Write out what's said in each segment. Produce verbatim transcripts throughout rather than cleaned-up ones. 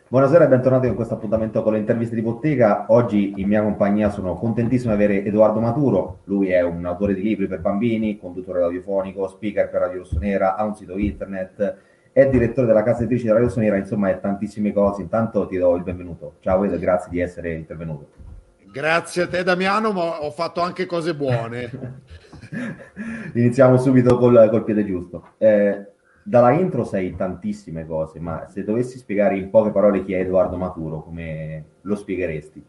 Buonasera e bentornati in questo appuntamento con le interviste di bottega. Oggi in mia compagnia sono contentissimo di avere Edoardo Maturo. Lui è un autore di libri per bambini, conduttore radiofonico, speaker per Radio Rossonera, ha un sito internet, è direttore della casa editrice di Radio Rossonera, insomma è tantissime cose. Intanto ti do il benvenuto. Ciao Edo, grazie di essere intervenuto. Grazie a te Damiano, ma ho fatto anche cose buone. Iniziamo subito col, col piede giusto. Eh, dalla intro sei tantissime cose, ma se dovessi spiegare in poche parole chi è Edoardo Maturo, come lo spiegheresti?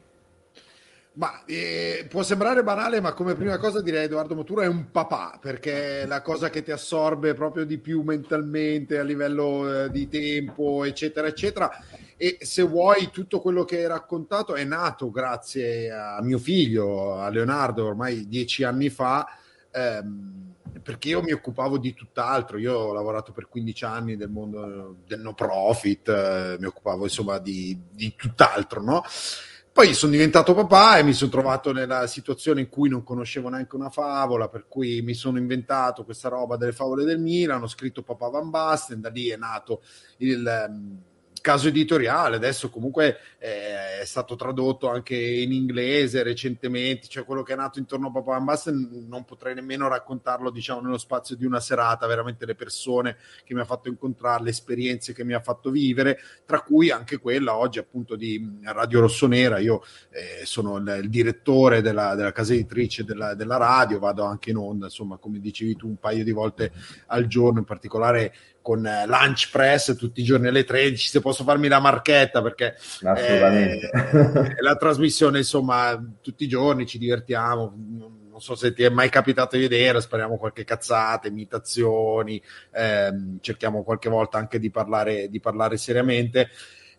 Ma eh, può sembrare banale, ma come prima cosa direi Edoardo Maturo è un papà, perché è la cosa che ti assorbe proprio di più mentalmente a livello eh, di tempo, eccetera, eccetera. E se vuoi, tutto quello che hai raccontato è nato grazie a mio figlio, a Leonardo, ormai dieci anni fa, ehm, perché io mi occupavo di tutt'altro. Io ho lavorato per quindici anni nel mondo del no profit, eh, mi occupavo insomma di, di tutt'altro, no? Poi sono diventato papà e mi sono trovato nella situazione in cui non conoscevo neanche una favola, per cui mi sono inventato questa roba delle favole del Milan, ho scritto Papà Van Basten, da lì è nato il um, caso editoriale. Adesso comunque eh, è stato tradotto anche in inglese recentemente, cioè quello che è nato intorno a Papà Van Basten non potrei nemmeno raccontarlo, diciamo, nello spazio di una serata, veramente le persone che mi ha fatto incontrare, le esperienze che mi ha fatto vivere, tra cui anche quella oggi appunto di Radio Rossonera. Io eh, sono il, il direttore della, della casa editrice della, della radio, vado anche in onda, insomma, come dicevi tu, un paio di volte al giorno, in particolare con eh, Lunch Press tutti i giorni alle tredici, se posso farmi la marchetta, perché Assolutamente. eh, la trasmissione, insomma, tutti i giorni ci divertiamo. Non so se ti è mai capitato di vedere, spariamo qualche cazzata, imitazioni, ehm, cerchiamo qualche volta anche di parlare, di parlare seriamente.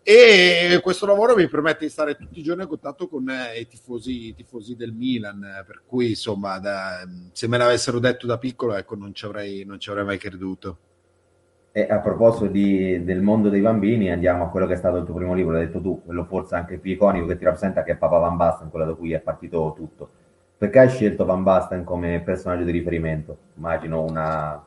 E questo lavoro mi permette di stare tutti i giorni a contatto con eh, i, tifosi, i tifosi del Milan, eh, per cui insomma da, se me l'avessero detto da piccolo, ecco, non ci avrei, non ci avrei mai creduto. E a proposito di- del mondo dei bambini, andiamo a quello che è stato il tuo primo libro, l'hai detto tu, quello forse anche più iconico che ti rappresenta, che è Papà Van Basten, quello da cui è partito tutto. Perché hai scelto Van Basten come personaggio di riferimento? Immagino una...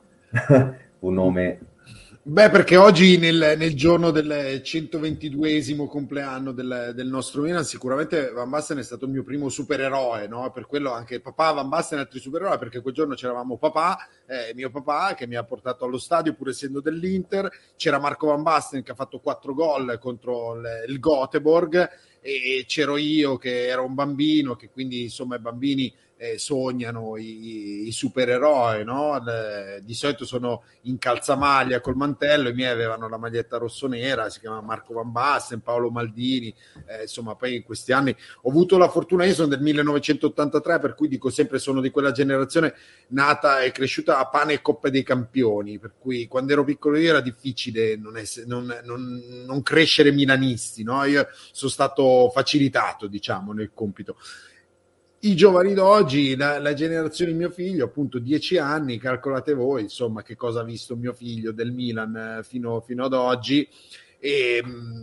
un nome... Beh, perché oggi nel, nel giorno del centoventiduesimo compleanno del, del nostro Milan, sicuramente Van Basten è stato il mio primo supereroe, no? Per quello anche papà Van Basten e altri supereroi, perché quel giorno c'eravamo papà, eh, mio papà, che mi ha portato allo stadio pur essendo dell'Inter, c'era Marco Van Basten che ha fatto quattro gol contro il, il Göteborg, e c'ero io che ero un bambino, che quindi insomma i bambini eh, sognano i, i supereroi, no? Le, di solito sono in calzamaglia col mantello, i miei avevano la maglietta rossonera, si chiama Marco Van Basten, Paolo Maldini, eh, insomma poi in questi anni ho avuto la fortuna, io sono del millenovecentottantatré, per cui dico sempre sono di quella generazione nata e cresciuta a pane e Coppa dei Campioni, per cui quando ero piccolo io era difficile non, essere, non, non, non crescere milanisti, no? Io sono stato facilitato, diciamo, nel compito. I giovani d'oggi, la, la generazione di mio figlio, appunto dieci anni, calcolate voi, insomma, che cosa ha visto mio figlio del Milan eh, fino, fino ad oggi. E,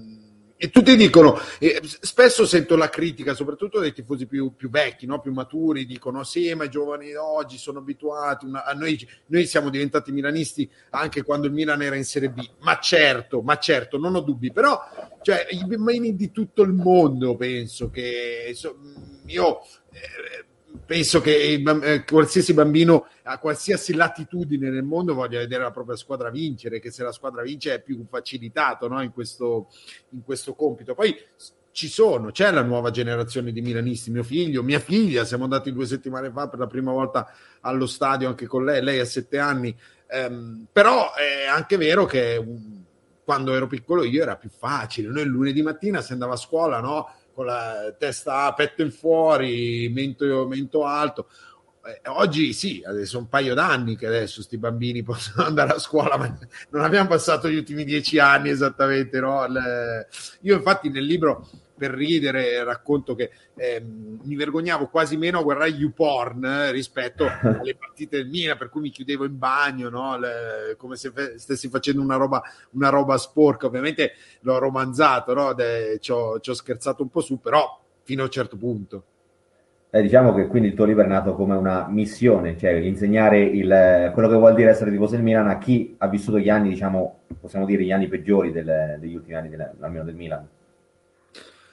e tutti dicono, e spesso sento la critica, soprattutto dei tifosi più, più vecchi, no? Più maturi, dicono sì, ma i giovani d'oggi sono abituati, una, a noi, noi siamo diventati milanisti anche quando il Milan era in Serie B. Ma certo, ma certo, non ho dubbi, però cioè, i bambini di tutto il mondo penso che so, io eh, penso che eh, qualsiasi bambino a qualsiasi latitudine nel mondo voglia vedere la propria squadra vincere, che se la squadra vince è più facilitato, no? in, questo, in questo compito. Poi ci sono, c'è la nuova generazione di milanisti, mio figlio, mia figlia, siamo andati due settimane fa per la prima volta allo stadio anche con lei, lei ha sette anni, ehm, però è anche vero che um, quando ero piccolo io era più facile, noi il lunedì mattina si andava a scuola, no? Con la testa petto in fuori, mento, mento alto. Eh, oggi sì, adesso un paio d'anni che adesso sti bambini possono andare a scuola, ma non abbiamo passato gli ultimi dieci anni esattamente, no? Le... Io infatti nel libro, per ridere, racconto che eh, mi vergognavo quasi meno a guardare YouPorn eh, rispetto alle partite del Milan, per cui mi chiudevo in bagno, no? Le... come se fe- stessi facendo una roba, una roba sporca. Ovviamente l'ho romanzato, no? De... ci, ho, ci ho scherzato un po' su, però fino a un certo punto. Eh, diciamo che quindi il tuo libro è nato come una missione, cioè insegnare il, quello che vuol dire essere tifoso del Milan a chi ha vissuto gli anni, diciamo, possiamo dire gli anni peggiori del- degli ultimi anni, del- almeno del Milan.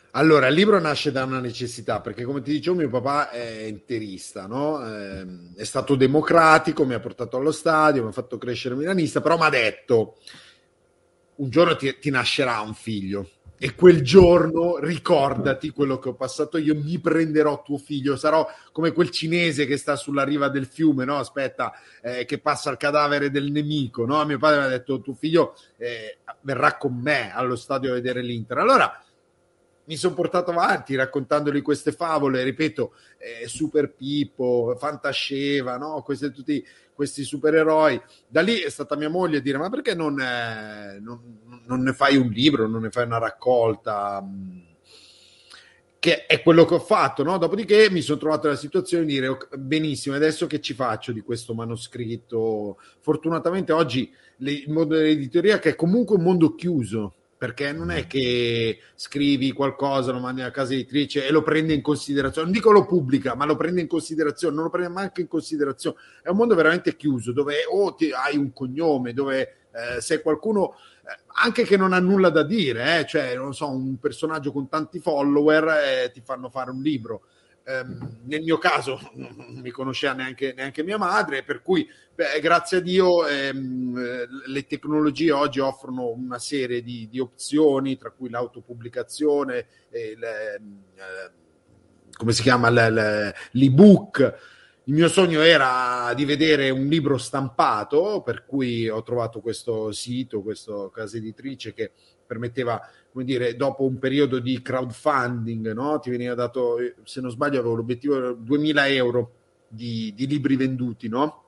Allora, il libro nasce da una necessità, perché come ti dicevo mio papà è interista, no? Eh, è stato democratico, mi ha portato allo stadio, mi ha fatto crescere milanista, però mi ha detto un giorno ti, ti nascerà un figlio e quel giorno ricordati quello che ho passato io, mi prenderò tuo figlio, sarò come quel cinese che sta sulla riva del fiume, no? Aspetta, eh, che passa il cadavere del nemico, no? Mio padre mi ha detto tuo figlio eh, verrà con me allo stadio a vedere l'Inter. Allora mi sono portato avanti raccontandogli queste favole, ripeto, eh, Super Pippo, Fantasceva, no? Questi, tutti questi supereroi. Da lì è stata mia moglie a dire ma perché non, eh, non, non ne fai un libro, non ne fai una raccolta? Che è quello che ho fatto, no? Dopodiché mi sono trovato nella situazione di dire benissimo, adesso che ci faccio di questo manoscritto? Fortunatamente oggi le, il mondo dell'editoria, che è comunque un mondo chiuso, perché non è che scrivi qualcosa, lo mandi alla casa editrice e lo prende in considerazione, non dico lo pubblica, ma lo prende in considerazione, non lo prende neanche in considerazione. È un mondo veramente chiuso, dove o ti, hai un cognome, dove eh, sei qualcuno eh, anche che non ha nulla da dire, eh, cioè non so, un personaggio con tanti follower eh, ti fanno fare un libro. Um, nel mio caso non mi conosceva neanche, neanche mia madre, per cui beh, grazie a Dio ehm, le tecnologie oggi offrono una serie di, di opzioni, tra cui l'autopubblicazione, e le, eh, come si chiama, le, le, l'ebook. Il mio sogno era di vedere un libro stampato, per cui ho trovato questo sito, questa casa editrice che permetteva, come dire, dopo un periodo di crowdfunding, no? Ti veniva dato, se non sbaglio, avevo l'obiettivo duemila euro di, di libri venduti, no?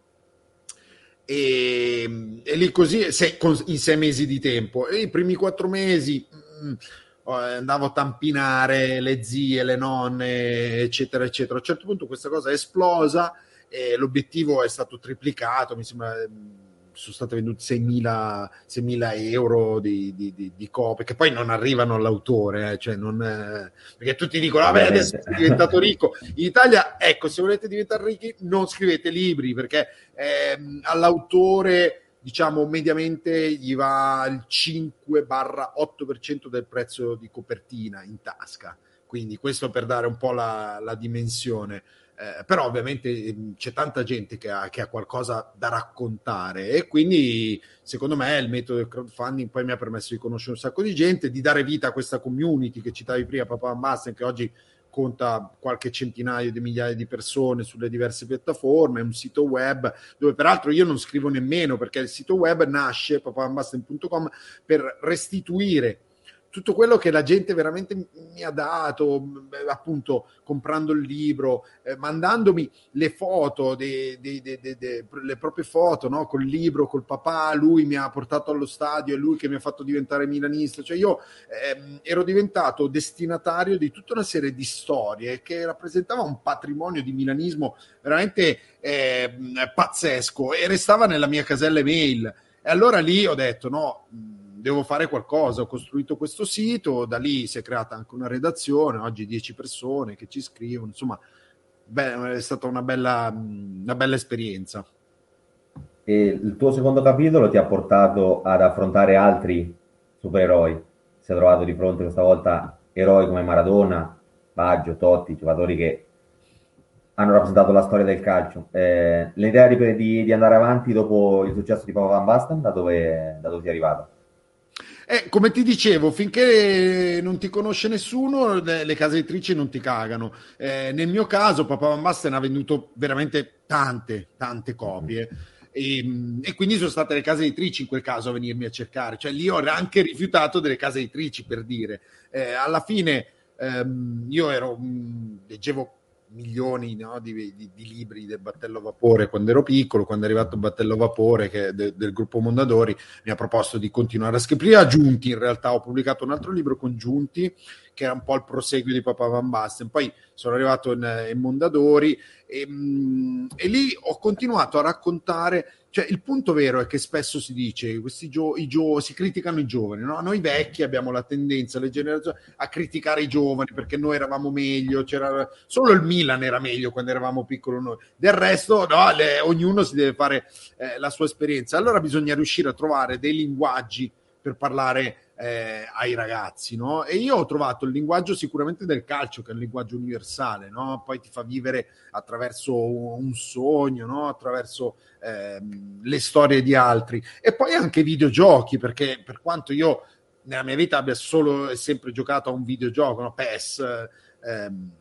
E, e lì così sei, in sei mesi di tempo. E i primi quattro mesi mh, andavo a tampinare le zie, le nonne, eccetera, eccetera. A un certo punto questa cosa è esplosa e l'obiettivo è stato triplicato, mi sembra. Sono state vendute seimila euro di, di, di, di copie, che poi non arrivano all'autore, eh, cioè non, eh, perché tutti dicono, vabbè, adesso sei diventato ricco. In Italia, ecco, se volete diventare ricchi, non scrivete libri, perché ehm, all'autore, diciamo, mediamente gli va il cinque otto per cento del prezzo di copertina in tasca. Quindi questo per dare un po' la, la dimensione. Eh, però ovviamente c'è tanta gente che ha, che ha qualcosa da raccontare e quindi secondo me il metodo del crowdfunding poi mi ha permesso di conoscere un sacco di gente, di dare vita a questa community che citavi prima, Papa Van Basten, che oggi conta qualche centinaio di migliaia di persone sulle diverse piattaforme, un sito web dove peraltro io non scrivo nemmeno, perché il sito web nasce, papa van basten punto com, per restituire tutto quello che la gente veramente mi ha dato, appunto comprando il libro, eh, mandandomi le foto, de, de, de, de, de, le proprie foto, no? Col libro, col papà, lui mi ha portato allo stadio, è lui che mi ha fatto diventare milanista. Cioè io ehm, ero diventato destinatario di tutta una serie di storie che rappresentava un patrimonio di milanismo veramente eh, pazzesco e restava nella mia casella email. E allora lì ho detto no, devo fare qualcosa, ho costruito questo sito, da lì si è creata anche una redazione, oggi dieci persone che ci scrivono, insomma, beh, è stata una bella, una bella esperienza. E il tuo secondo capitolo ti ha portato ad affrontare altri supereroi, si è trovato di fronte questa volta eroi come Maradona, Baggio, Totti, giocatori che hanno rappresentato la storia del calcio. Eh, l'idea di, di, di andare avanti dopo il successo di Papa Van Basten, da dove, da dove ti è arrivata? Eh, come ti dicevo, finché non ti conosce nessuno, le, le case editrici non ti cagano. Eh, nel mio caso, Papa Van Basten ha venduto veramente tante, tante copie. E, e quindi sono state le case editrici in quel caso a venirmi a cercare. Cioè, lì ho anche rifiutato delle case editrici, per dire. Eh, alla fine, ehm, io ero, mh, leggevo milioni, no, di, di, di libri del Battello Vapore quando ero piccolo. Quando è arrivato il Battello Vapore, che è de, del gruppo Mondadori, mi ha proposto di continuare a scrivere. A Giunti, in realtà ho pubblicato un altro libro con Giunti che era un po' il proseguio di Papa Van Basten. Poi sono arrivato in, in Mondadori e, e lì ho continuato a raccontare. Cioè, il punto vero è che spesso si dice questi gio- i gio- si criticano i giovani, no? Noi vecchi abbiamo la tendenza, le generazioni, a criticare i giovani perché noi eravamo meglio, c'era solo il Milan era meglio quando eravamo piccoli noi, del resto no, le, ognuno si deve fare eh, la sua esperienza. Allora bisogna riuscire a trovare dei linguaggi per parlare eh, ai ragazzi, no? E io ho trovato il linguaggio sicuramente del calcio, che è un linguaggio universale, no? Poi ti fa vivere attraverso un sogno, no? Attraverso ehm, le storie di altri, e poi anche videogiochi, perché per quanto io nella mia vita abbia solo e sempre giocato a un videogioco, no? P E S, ehm,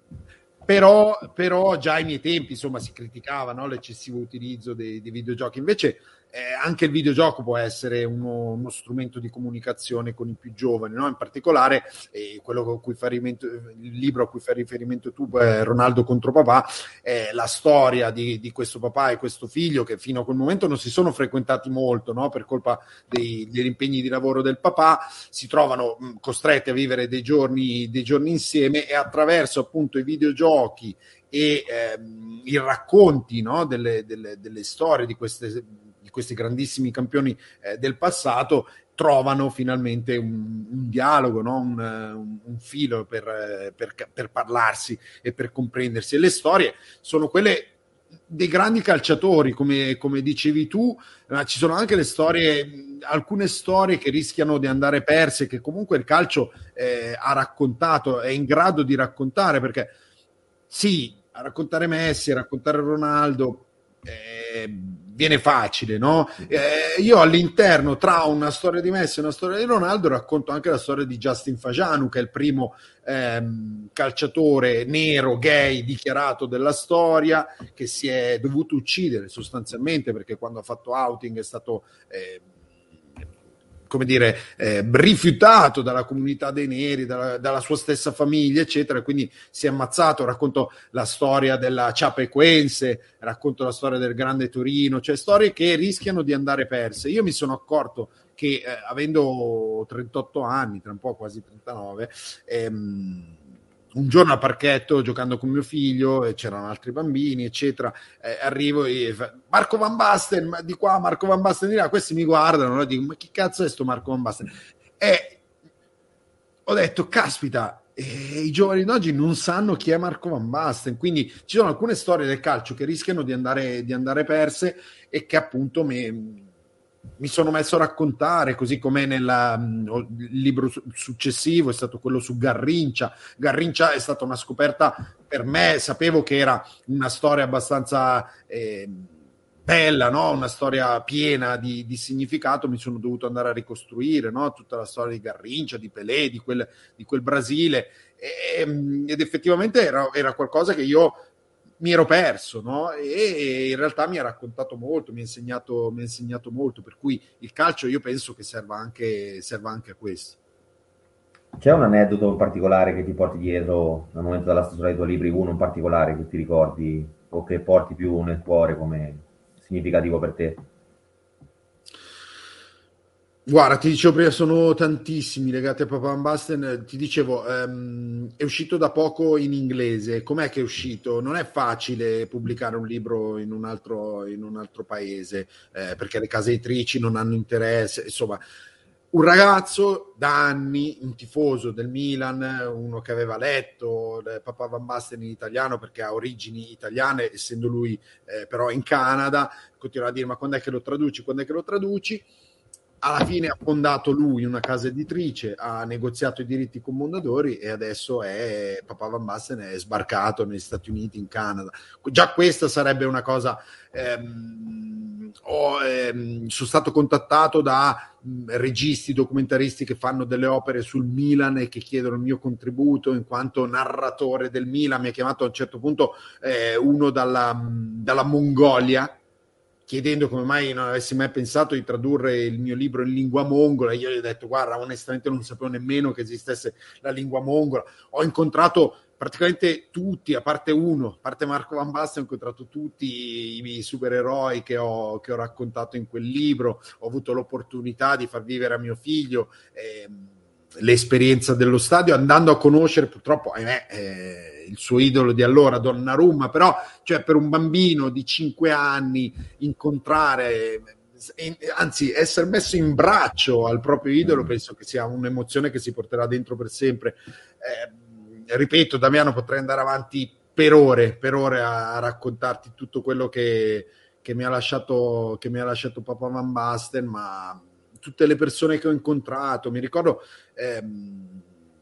però, però già ai miei tempi insomma si criticava, no? L'eccessivo utilizzo dei, dei videogiochi. Invece eh, anche il videogioco può essere uno, uno strumento di comunicazione con i più giovani, no? In particolare eh, quello con cui fa riferimento, il libro a cui fa riferimento tu, eh, Ronaldo contro papà, è la storia di, di questo papà e questo figlio che fino a quel momento non si sono frequentati molto, no? Per colpa dei, degli impegni di lavoro del papà, si trovano mh, costretti a vivere dei giorni, dei giorni insieme, e attraverso appunto i videogiochi e ehm, i racconti, no? delle, delle, delle storie di, queste, di questi grandissimi campioni eh, del passato, trovano finalmente un, un dialogo, no? un, un, un filo per, per, per parlarsi e per comprendersi. E le storie sono quelle dei grandi calciatori, come, come dicevi tu, ma ci sono anche le storie, alcune storie che rischiano di andare perse, che comunque il calcio eh, ha raccontato, è in grado di raccontare, perché sì, a raccontare Messi, a raccontare Ronaldo eh, viene facile, no? Eh, io all'interno, tra una storia di Messi e una storia di Ronaldo, racconto anche la storia di Justin Fajanu, che è il primo ehm, calciatore nero gay dichiarato della storia, che si è dovuto uccidere sostanzialmente perché quando ha fatto outing è stato eh, come dire, eh, rifiutato dalla comunità dei neri, dalla, dalla sua stessa famiglia, eccetera, quindi si è ammazzato. Racconto la storia della Chapecoense, racconto la storia del Grande Torino, cioè storie che rischiano di andare perse. Io mi sono accorto che eh, avendo trentotto anni, tra un po' quasi trentanove, ehm, un giorno a parchetto giocando con mio figlio, e c'erano altri bambini eccetera, eh, arrivo e fa, Marco Van Basten di qua, Marco Van Basten di là, questi mi guardano e dico ma chi cazzo è sto Marco Van Basten? E ho detto caspita, eh, i giovani d'oggi non sanno chi è Marco Van Basten, quindi ci sono alcune storie del calcio che rischiano di andare, di andare perse, e che appunto mi mi sono messo a raccontare, così come nel il libro successivo è stato quello su Garrincha. Garrincha è stata una scoperta per me, sapevo che era una storia abbastanza eh, bella, no? Una storia piena di, di significato, mi sono dovuto andare a ricostruire, no? Tutta la storia di Garrincha, di Pelé, di quel, di quel Brasile, e, ed effettivamente era, era qualcosa che io mi ero perso, no? E in realtà mi ha raccontato molto, mi ha insegnato, mi ha insegnato molto, per cui il calcio io penso che serva anche, serva anche a questo. C'è un aneddoto in particolare che ti porti dietro al momento della stesura dei tuoi libri, uno in particolare che ti ricordi o che porti più nel cuore come significativo per te? Guarda, ti dicevo prima, sono tantissimi legati a Papa Van Basten. Ti dicevo, ehm, è uscito da poco in inglese. Com'è che è uscito? Non è facile pubblicare un libro in un altro, in un altro paese, eh, perché le case editrici non hanno interesse. Insomma, un ragazzo da anni, un tifoso del Milan, uno che aveva letto Papa Van Basten in italiano perché ha origini italiane, essendo lui eh, però in Canada, continua a dire ma quando è che lo traduci, quando è che lo traduci? Alla fine ha fondato lui una casa editrice, ha negoziato i diritti con Mondadori e adesso è Papa Van Basten è sbarcato negli Stati Uniti, in Canada. Già questa sarebbe una cosa. Ehm, ho, ehm, sono stato contattato da mh, registi, documentaristi che fanno delle opere sul Milan e che chiedono il mio contributo in quanto narratore del Milan. Mi ha chiamato a un certo punto eh, uno dalla, dalla Mongolia, chiedendo come mai non avessi mai pensato di tradurre il mio libro in lingua mongola. Io gli ho detto guarda, onestamente non sapevo nemmeno che esistesse la lingua mongola. Ho incontrato praticamente tutti, a parte uno, a parte Marco Van Basten, ho incontrato tutti i supereroi che ho, che ho raccontato in quel libro. Ho avuto l'opportunità di far vivere a mio figlio eh, l'esperienza dello stadio, andando a conoscere purtroppo, ahimè, eh, il suo idolo di allora, Donnarumma, però cioè per un bambino di cinque anni incontrare, anzi essere messo in braccio al proprio idolo, penso che sia un'emozione che si porterà dentro per sempre. Eh, ripeto, Damiano, potrei andare avanti per ore, per ore a, a raccontarti tutto quello che, che mi ha lasciato che mi ha lasciato Papa Van Basten, ma tutte le persone che ho incontrato. Mi ricordo ehm,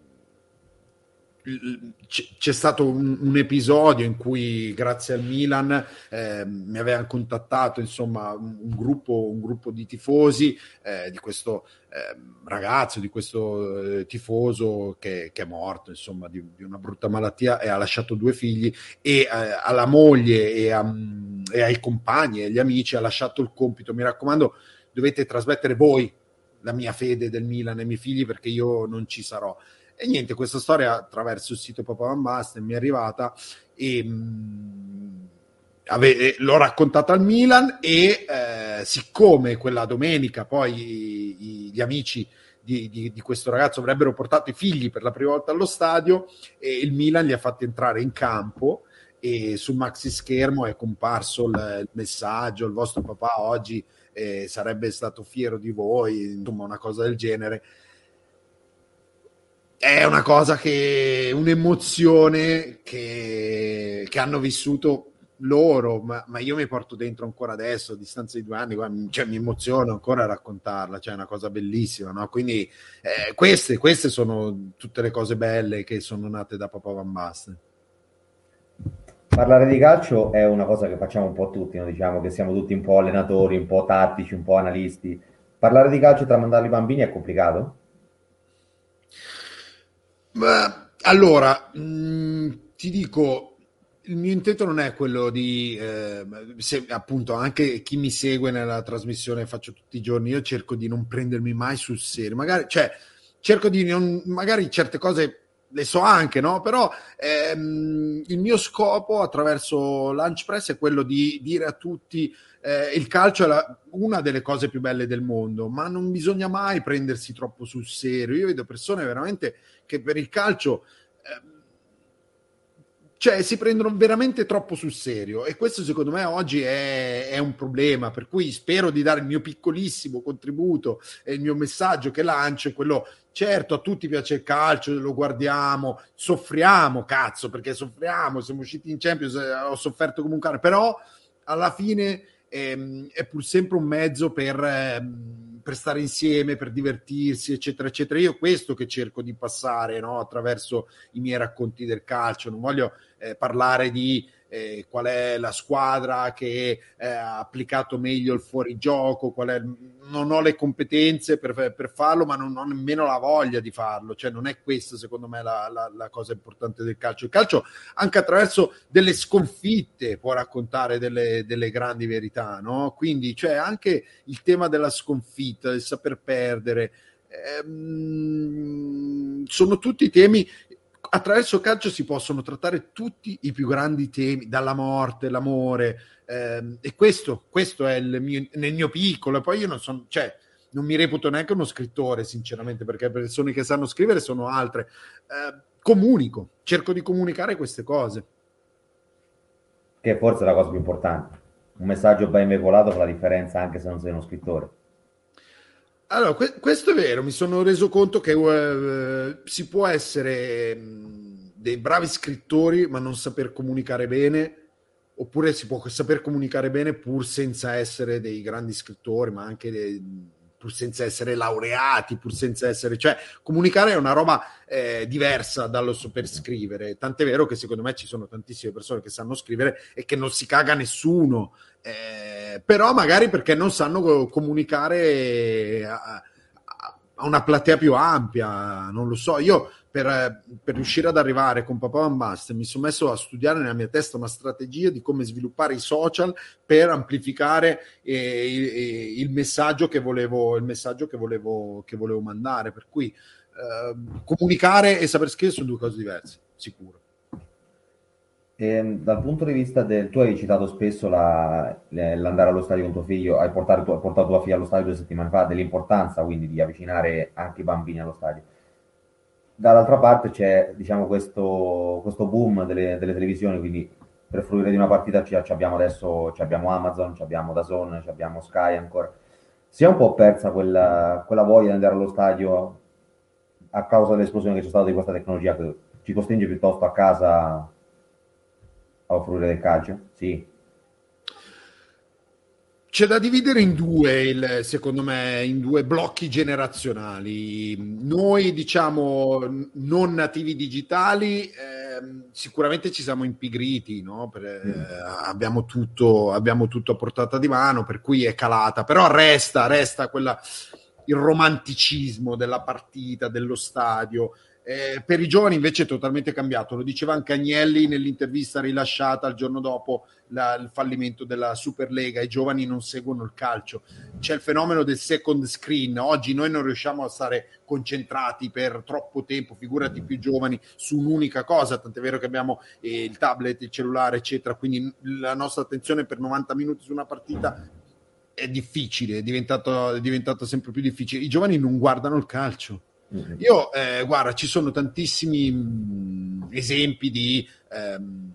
c'è stato un, un episodio in cui grazie al Milan eh, mi avevano contattato insomma un, un, gruppo, un gruppo di tifosi eh, di questo eh, ragazzo, di questo eh, tifoso che, che è morto insomma di, di una brutta malattia e ha lasciato due figli e eh, alla moglie e, a, e ai compagni e agli amici ha lasciato il compito: mi raccomando, dovete trasmettere voi la mia fede del Milan ai miei figli perché io non ci sarò. E niente, questa storia attraverso il sito Papa Van Basten mi è arrivata e mh, ave- l'ho raccontata al Milan e eh, siccome quella domenica poi i, i, gli amici di, di, di questo ragazzo avrebbero portato i figli per la prima volta allo stadio e il Milan li ha fatti entrare in campo e sul maxi schermo è comparso il, il messaggio: il vostro papà oggi eh, sarebbe stato fiero di voi, insomma una cosa del genere. È una cosa che, un'emozione che, che hanno vissuto loro, ma, ma io mi porto dentro ancora adesso, a distanza di due anni, cioè, mi emoziono ancora a raccontarla, cioè è una cosa bellissima, no? Quindi eh, queste, queste sono tutte le cose belle che sono nate da Papa Van Basten. Parlare di calcio è una cosa che facciamo un po' tutti, no? Diciamo che siamo tutti un po' allenatori, un po' tattici, un po' analisti. Parlare di calcio e tramandarli ai bambini è complicato? Ma, allora, mh, ti dico, il mio intento non è quello di, eh, se, appunto, anche chi mi segue nella trasmissione faccio tutti i giorni, io cerco di non prendermi mai sul serio, magari, cioè, cerco di non, magari certe cose le so anche, no? Però ehm, il mio scopo attraverso Lunch Press è quello di dire a tutti eh, il calcio è la, una delle cose più belle del mondo, ma non bisogna mai prendersi troppo sul serio. Io vedo persone veramente che per il calcio eh, cioè si prendono veramente troppo sul serio e questo secondo me oggi è, è un problema, per cui spero di dare il mio piccolissimo contributo e il mio messaggio che lancio è quello: certo a tutti piace il calcio, lo guardiamo, soffriamo, cazzo, perché soffriamo, siamo usciti in Champions, ho sofferto come un cane, però alla fine ehm, è pur sempre un mezzo per, ehm, per stare insieme, per divertirsi, eccetera, eccetera. Io questo che cerco di passare, no? Attraverso i miei racconti del calcio. Non voglio eh, parlare di eh, qual è la squadra che eh, ha applicato meglio il fuorigioco, qual è... non ho le competenze per, per farlo, ma non ho nemmeno la voglia di farlo. Cioè non è questa secondo me la, la, la cosa importante del calcio. Il calcio anche attraverso delle sconfitte può raccontare delle, delle grandi verità, no? Quindi cioè anche il tema della sconfitta, del saper perdere, ehm, sono tutti temi. Attraverso il calcio si possono trattare tutti i più grandi temi, dalla morte, l'amore, ehm, e questo, questo è il mio, nel mio piccolo. E poi io non sono, cioè, non mi reputo neanche uno scrittore, sinceramente, perché le persone che sanno scrivere sono altre. Eh, comunico, cerco di comunicare queste cose. Che forse è la cosa più importante. Un messaggio ben veicolato fa la differenza anche se non sei uno scrittore. Allora, que- questo è vero, mi sono reso conto che uh, si può essere mh, dei bravi scrittori ma non saper comunicare bene, oppure si può saper comunicare bene pur senza essere dei grandi scrittori, ma anche dei, pur senza essere laureati, pur senza essere... Cioè, comunicare è una roba eh, diversa dallo saper scrivere, tant'è vero che secondo me ci sono tantissime persone che sanno scrivere e che non si caga nessuno. Eh, però magari perché non sanno comunicare a, a una platea più ampia, non lo so. Io per, per riuscire ad arrivare con Papa Van Basten mi sono messo a studiare nella mia testa una strategia di come sviluppare i social per amplificare eh, il, il messaggio che volevo, il messaggio che volevo, che volevo mandare. Per cui eh, comunicare e saper scrivere sono due cose diverse, sicuro. E, dal punto di vista del... Tu hai citato spesso la- le- l'andare allo stadio con tuo figlio, hai portato, tu- hai portato tua figlia allo stadio due settimane fa, dell'importanza quindi di avvicinare anche i bambini allo stadio. Dall'altra parte c'è, diciamo, questo, questo boom delle, delle televisioni, quindi per fruire di una partita ci, ci abbiamo adesso ci abbiamo Amazon, ci abbiamo DAZN, ci abbiamo Sky ancora. Si è un po' persa quella, quella voglia di andare allo stadio a causa dell'esplosione che c'è stata di questa tecnologia che ci costringe piuttosto a casa a fruire del calcio? Sì. C'è da dividere in due, il, secondo me, in due blocchi generazionali. Noi, diciamo, non nativi digitali, ehm, sicuramente ci siamo impigriti, no? Per, Mm. eh, abbiamo tutto, abbiamo tutto a portata di mano, per cui è calata, però resta, resta quella, il romanticismo della partita, dello stadio. Eh, per i giovani invece è totalmente cambiato, lo diceva anche Agnelli nell'intervista rilasciata il giorno dopo la, il fallimento della Superlega. I giovani non seguono il calcio, c'è il fenomeno del second screen. Oggi noi non riusciamo a stare concentrati per troppo tempo, figurati più giovani, su un'unica cosa, tant'è vero che abbiamo eh, il tablet, il cellulare eccetera, quindi la nostra attenzione per novanta minuti su una partita è difficile, è diventato, è diventato sempre più difficile. I giovani non guardano il calcio. Mm. Io, eh, guarda, ci sono tantissimi mh, esempi di ehm,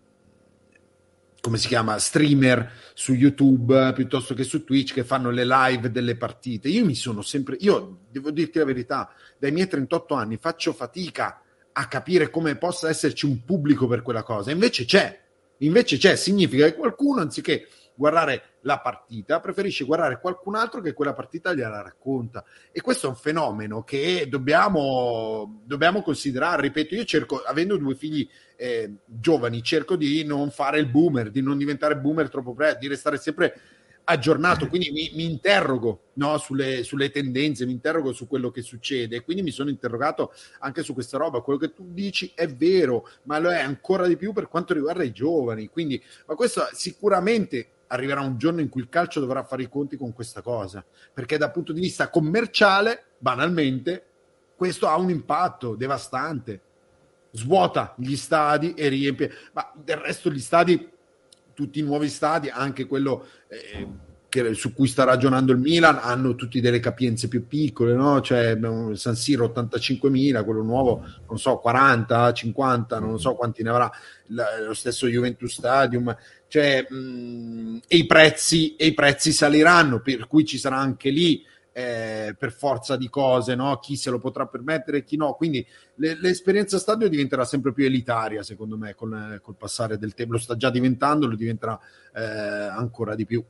come si chiama, streamer su YouTube piuttosto che su Twitch che fanno le live delle partite. Io mi sono sempre, io devo dirti la verità, dai miei trentotto anni faccio fatica a capire come possa esserci un pubblico per quella cosa. Invece c'è, invece c'è, significa che qualcuno, anziché guardare la partita, preferisce guardare qualcun altro che quella partita gliela racconta. E questo è un fenomeno che dobbiamo, dobbiamo considerare. Ripeto, io cerco, avendo due figli eh, giovani, cerco di non fare il boomer, di non diventare boomer troppo presto, di restare sempre aggiornato, quindi mi, mi interrogo, no, sulle, sulle tendenze, mi interrogo su quello che succede, quindi mi sono interrogato anche su questa roba. Quello che tu dici è vero, ma lo è ancora di più per quanto riguarda i giovani, quindi, ma questo sicuramente arriverà un giorno in cui il calcio dovrà fare i conti con questa cosa, perché dal punto di vista commerciale, banalmente, questo ha un impatto devastante, svuota gli stadi e riempie, ma del resto gli stadi, tutti i nuovi stadi, anche quello eh, che, su cui sta ragionando il Milan, hanno tutti delle capienze più piccole, no? Cioè San Siro ottantacinquemila, quello nuovo non so quaranta, cinquanta, non so quanti ne avrà, lo stesso Juventus Stadium, cioè, mh, e i prezzi e i prezzi saliranno, per cui ci sarà anche lì eh, per forza di cose, no? Chi se lo potrà permettere e chi no, quindi le, l'esperienza stadio diventerà sempre più elitaria, secondo me, con, col passare del tempo. Lo sta già diventando, lo diventerà eh, ancora di più.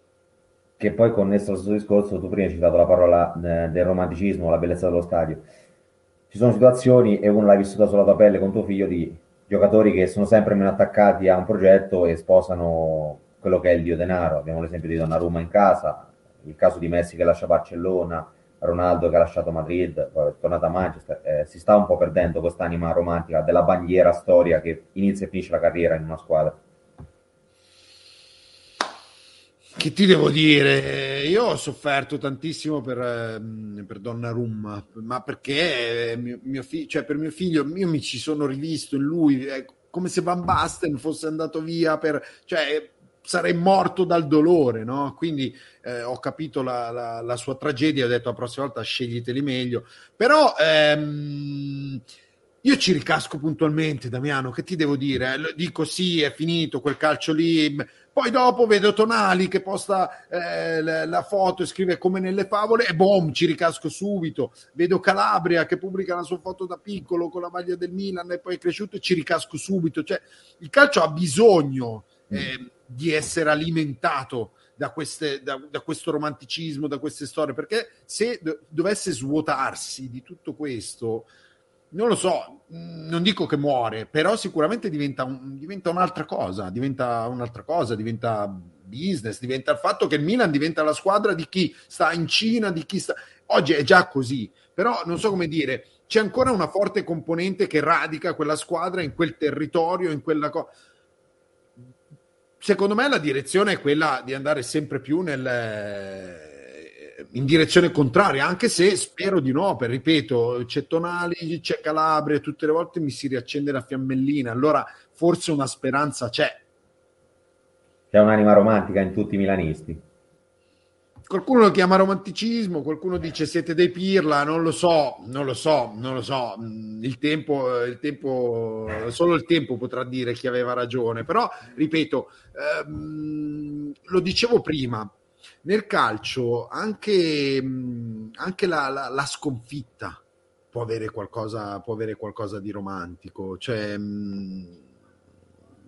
Che poi connesso al suo discorso, tu prima hai citato la parola eh, del romanticismo, la bellezza dello stadio. Ci sono situazioni, e uno l'ha vissuta sulla tua pelle con tuo figlio, di giocatori che sono sempre meno attaccati a un progetto e sposano quello che è il dio denaro. Abbiamo l'esempio di Donnarumma in casa, il caso di Messi che lascia Barcellona, Ronaldo che ha lasciato Madrid, poi è tornato a Manchester. Eh, si sta un po' perdendo quest'anima romantica della bandiera storia che inizia e finisce la carriera in una squadra. Che ti devo dire? Io ho sofferto tantissimo per, ehm, per Donnarumma, ma perché mio, mio fi- cioè per mio figlio, io mi ci sono rivisto in lui, è come se Van Basten fosse andato via per, cioè sarei morto dal dolore, no? Quindi eh, ho capito la, la, la sua tragedia, ho detto la prossima volta sceglieteli meglio, però ehm, io ci ricasco puntualmente, Damiano, che ti devo dire? Eh, Dico sì, è finito quel calcio lì. Poi dopo vedo Tonali che posta eh, la, la foto e scrive come nelle favole e boom, ci ricasco subito. Vedo Calabria che pubblica la sua foto da piccolo con la maglia del Milan e poi è cresciuto e ci ricasco subito. Cioè, il calcio ha bisogno eh, di essere alimentato da, queste, da, da questo romanticismo, da queste storie, perché se do- dovesse svuotarsi di tutto questo, non lo so, non dico che muore, però sicuramente diventa, un, diventa un'altra cosa, diventa un'altra cosa, diventa business, diventa il fatto che il Milan diventa la squadra di chi sta in Cina, di chi sta... Oggi è già così, però non so come dire, c'è ancora una forte componente che radica quella squadra in quel territorio, in quella cosa. Secondo me la direzione è quella di andare sempre più nel in direzione contraria, anche se spero di no, per ripeto, c'è Tonali, c'è Calabria, tutte le volte mi si riaccende la fiammellina, allora forse una speranza c'è. C'è un'anima romantica in tutti i milanisti. Qualcuno lo chiama romanticismo, qualcuno dice siete dei pirla, non lo so, non lo so, non lo so. Il tempo, il tempo, solo il tempo potrà dire chi aveva ragione. Però, ripeto, ehm, lo dicevo prima, nel calcio anche, anche la, la, la sconfitta può avere qualcosa, può avere qualcosa di romantico. Cioè,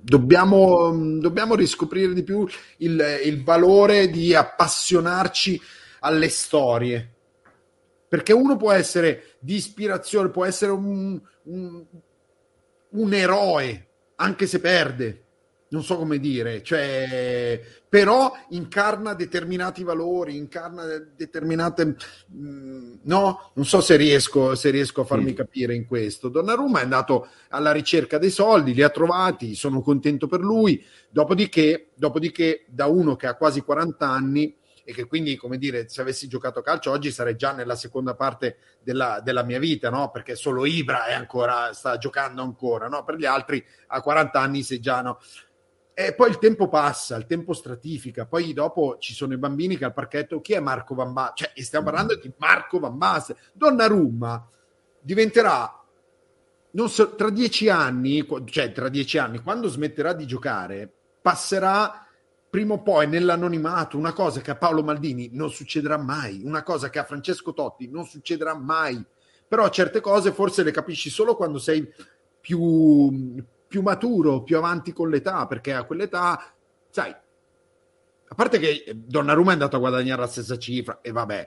dobbiamo, dobbiamo riscoprire di più il, il valore di appassionarci alle storie, perché uno può essere di ispirazione, può essere un, un, un eroe anche se perde, non so come dire, cioè, però incarna determinati valori, incarna determinate, mh, no, non so se riesco, se riesco a farmi Sì. capire in questo. Donnarumma è andato alla ricerca dei soldi, li ha trovati, sono contento per lui, dopodiché, dopodiché da uno che ha quasi quaranta anni e che quindi, come dire, se avessi giocato a calcio oggi sarei già nella seconda parte della, della mia vita, no? Perché solo Ibra è ancora, sta giocando ancora, no? Per gli altri a quaranta anni sei già, no? E poi il tempo passa, il tempo stratifica, poi dopo ci sono i bambini che al parchetto, chi è Marco Van Basten? Cioè, stiamo parlando di Marco Van Basten. Donnarumma diventerà, non so, tra dieci anni, cioè tra dieci anni, quando smetterà di giocare, passerà prima o poi nell'anonimato, una cosa che a Paolo Maldini non succederà mai, una cosa che a Francesco Totti non succederà mai, però certe cose forse le capisci solo quando sei più, più maturo, più avanti con l'età, perché a quell'età, sai, a parte che Donnarumma è andato a guadagnare la stessa cifra, e vabbè,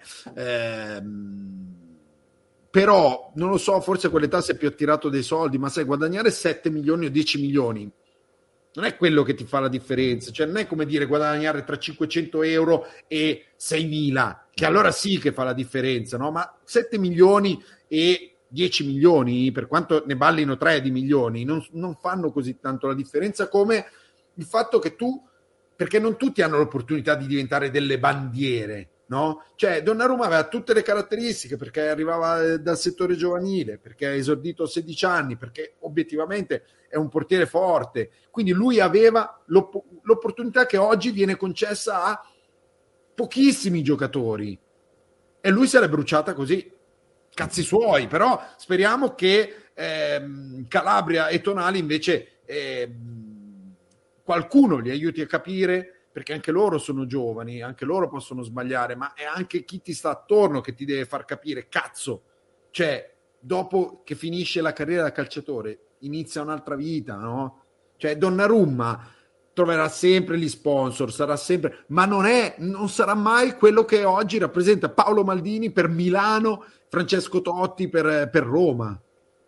ehm, però, non lo so, forse a quell'età si è più attirato dei soldi, ma sai, guadagnare sette milioni o dieci milioni non è quello che ti fa la differenza, cioè non è come dire guadagnare tra cinquecento euro e seimila, che allora sì che fa la differenza, no? Ma sette milioni e dieci milioni, per quanto ne ballino tre di milioni, non, non fanno così tanto la differenza come il fatto che tu, perché non tutti hanno l'opportunità di diventare delle bandiere, no? Cioè Donnarumma aveva tutte le caratteristiche, perché arrivava dal settore giovanile, perché ha esordito a sedici anni, perché obiettivamente è un portiere forte, quindi lui aveva l'opp- l'opportunità che oggi viene concessa a pochissimi giocatori e lui se l'è bruciata così, cazzi suoi, però speriamo che ehm, Calabria e Tonali invece ehm, qualcuno li aiuti a capire, perché anche loro sono giovani, anche loro possono sbagliare, ma è anche chi ti sta attorno che ti deve far capire, cazzo, cioè dopo che finisce la carriera da calciatore inizia un'altra vita, no? Cioè Donnarumma troverà sempre gli sponsor, sarà sempre, ma non è, non sarà mai quello che oggi rappresenta Paolo Maldini per Milano, Francesco Totti per, per Roma.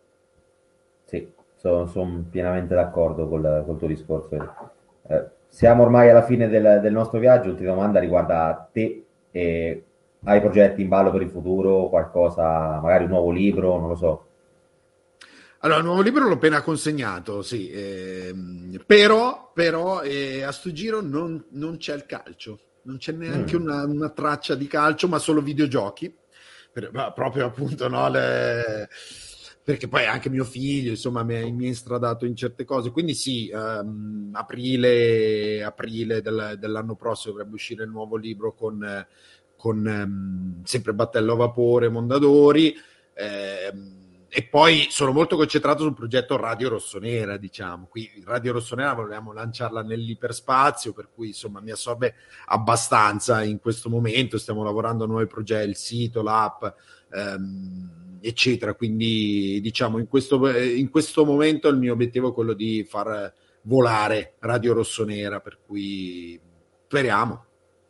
Sì, sono, sono pienamente d'accordo col, col tuo discorso. Eh, siamo ormai alla fine del, del nostro viaggio. L'ultima domanda riguarda te. E hai progetti in ballo per il futuro? Qualcosa, magari un nuovo libro, non lo so. Allora, il nuovo libro l'ho appena consegnato, sì, ehm, però, però eh, a sto giro non, non c'è il calcio, non c'è neanche Mm. una, una traccia di calcio, ma solo videogiochi, per, ma proprio appunto, no, le, perché poi anche mio figlio, insomma, mi, mi ha instradato in certe cose, quindi sì, ehm, aprile, aprile del, dell'anno prossimo dovrebbe uscire il nuovo libro con, eh, con ehm, sempre Battello a Vapore, Mondadori, ehm, e poi sono molto concentrato sul progetto Radio Rossonera, diciamo. Qui Radio Rossonera volevamo lanciarla nell'iperspazio, per cui insomma mi assorbe abbastanza in questo momento. Stiamo lavorando a nuovi progetti, il sito, l'app, ehm, eccetera. Quindi diciamo in questo, in questo momento il mio obiettivo è quello di far volare Radio Rossonera, per cui speriamo.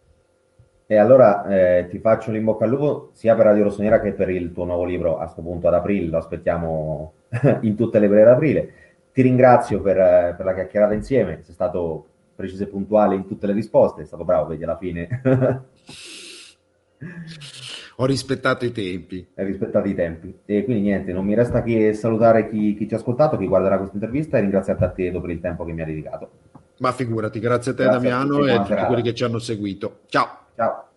E allora eh, ti faccio l'in bocca al lupo sia per Radio Rossonera che per il tuo nuovo libro a sto punto ad aprile, lo aspettiamo in tutte le librerie ad aprile. Ti ringrazio per, eh, per la chiacchierata insieme, sei stato preciso e puntuale in tutte le risposte, è stato bravo, vedi alla fine. Ho rispettato i tempi. Hai rispettato i tempi. E quindi niente, non mi resta che salutare chi, chi ci ha ascoltato, chi guarderà questa intervista e ringraziarti a te per il tempo che mi hai dedicato. Ma figurati, grazie a te Grazie a tutti, Damiano e a buona tutti quelli serata. che ci hanno seguito. Ciao. Ciao.